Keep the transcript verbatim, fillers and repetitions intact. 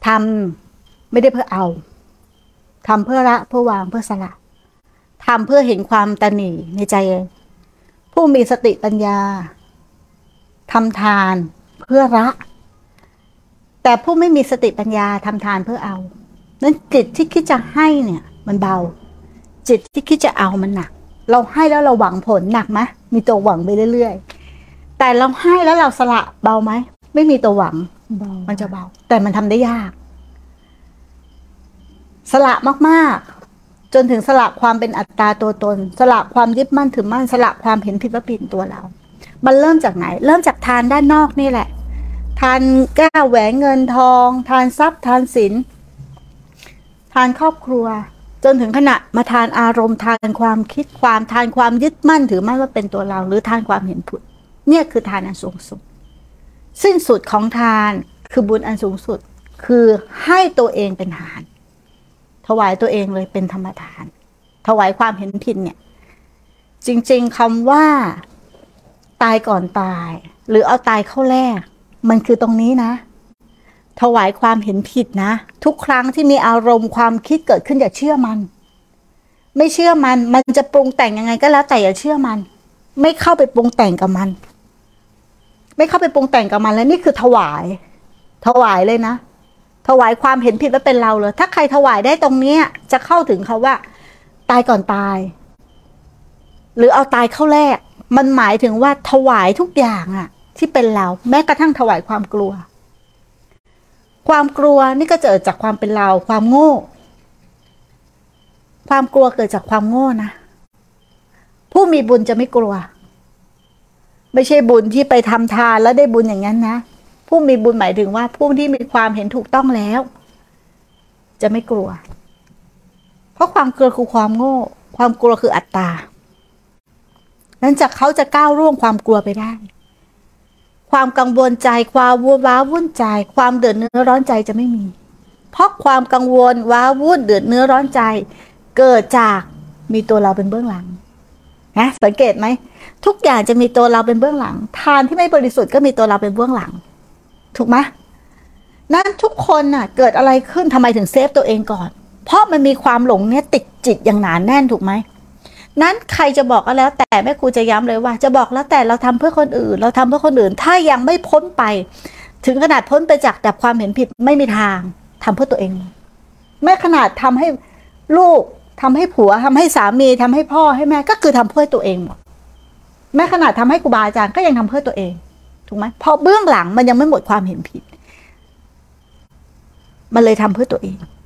ทำไม่ได้เพื่อเอาทำเพื่อละเพื่อวางเพื่อสละทำเพื่อเห็นความตนีในใจเองผู้มีสติปัญญาทำทานเพื่อละแต่ผู้ไม่มีสติปัญญาทำทานเพื่อเอานั้นจิตที่คิดจะให้เนี่ยมันเบาจิตที่คิดจะเอามันหนักเราให้แล้วเราหวังผลหนักไหมมีตัวหวังไปเรื่อยๆแต่เราให้แล้วเราสละเบาไหมไม่มีตัวหวังมันจะเบาแต่มันทำได้ยากสละมากๆจนถึงสละความเป็นอัตตาตัวตนสละความยึดมั่นถือมั่นสละความเห็นผิดว่าผิดตัวเรามันเริ่มจากไหนเริ่มจากทานด้านนอกนี่แหละทานแก้วแหวนเงินทองทานทรัพย์ทานศีลทานครอบครัวจนถึงขณะมาทานอารมณ์ทานความคิดความทานความยึดมั่นถือมั่นว่าเป็นตัวเราหรือทานความเห็นผิดเนี่ยคือทานอันสูงสุดสิ้นสุดของทานคือบุญอันสูงสุดคือให้ตัวเองเป็นทานถวายตัวเองเลยเป็นธรรมทานถวายความเห็นผิดเนี่ยจริงๆคำว่าตายก่อนตายหรือเอาตายเข้าแลกมันคือตรงนี้นะถวายความเห็นผิดนะทุกครั้งที่มีอารมณ์ความคิดเกิดขึ้นอย่าเชื่อมันไม่เชื่อมันมันจะปรุงแต่งยังไงก็แล้วแต่อย่าเชื่อมันไม่เข้าไปปรุงแต่งกับมันไม่เข้าไปปรุงแต่งกับมันแล้วนี่คือถวายถวายเลยนะถวายความเห็นผิดว่าเป็นเราเลยถ้าใครถวายได้ตรงนี้จะเข้าถึงเขาว่าตายก่อนตายหรือเอาตายเข้าแลกมันหมายถึงว่าถวายทุกอย่างอะที่เป็นเราแม้กระทั่งถวายความกลัวความกลัวนี่ก็เกิดจากความเป็นเราความโง่ความกลัวเกิดจากความโง่นะผู้มีบุญจะไม่กลัวไม่ใช่บุญที่ไปทำทานแล้วได้บุญอย่างนั้นนะผู้มีบุญหมายถึงว่าผู้ที่มีความเห็นถูกต้องแล้วจะไม่กลัวเพราะความกลัวคือความโง่ความกลัวคืออัตตานั้นจากเขาจะก้าวล่วงความกลัวไปได้ความกังวลใจความว้าวุ่นใจความเดือดเนื้อร้อนใจจะไม่มีเพราะความกังวลว้าวุ่นเดือดเนื้อร้อนใจเกิดจากมีตัวเราเป็นเบื้องหลังนะสังเกตไหมทุกอย่างจะมีตัวเราเป็นเบื้องหลังทานที่ไม่บริสุทธิ์ก็มีตัวเราเป็นเบื้องหลังถูกไหมนั้นทุกคนน่ะเกิดอะไรขึ้นทำไมถึงเซฟตัวเองก่อนเพราะมันมีความหลงเนี่ยติดจิตอย่างหนาแน่นถูกไหมนั้นใครจะบอกก็แล้วแต่แม่ครูจะย้ำเลยว่าจะบอกแล้วแต่เราทำเพื่อคนอื่นเราทำเพื่อคนอื่นถ้ายังไม่พ้นไปถึงขนาดพ้นไปจากดับความเห็นผิดไม่มีทางทำเพื่อตัวเองแม้ขนาดทำให้ลูกทำให้ผัวทำให้สามีทำให้พ่อให้แม่ก็คือทำเพื่อตัวเองหมดแม้ขนาดทำให้ครูบาอาจารย์ก็ยังทำเพื่อตัวเองถูกไหมเพราะเบื้องหลังมันยังไม่หมดความเห็นผิดมันเลยทำเพื่อตัวเอง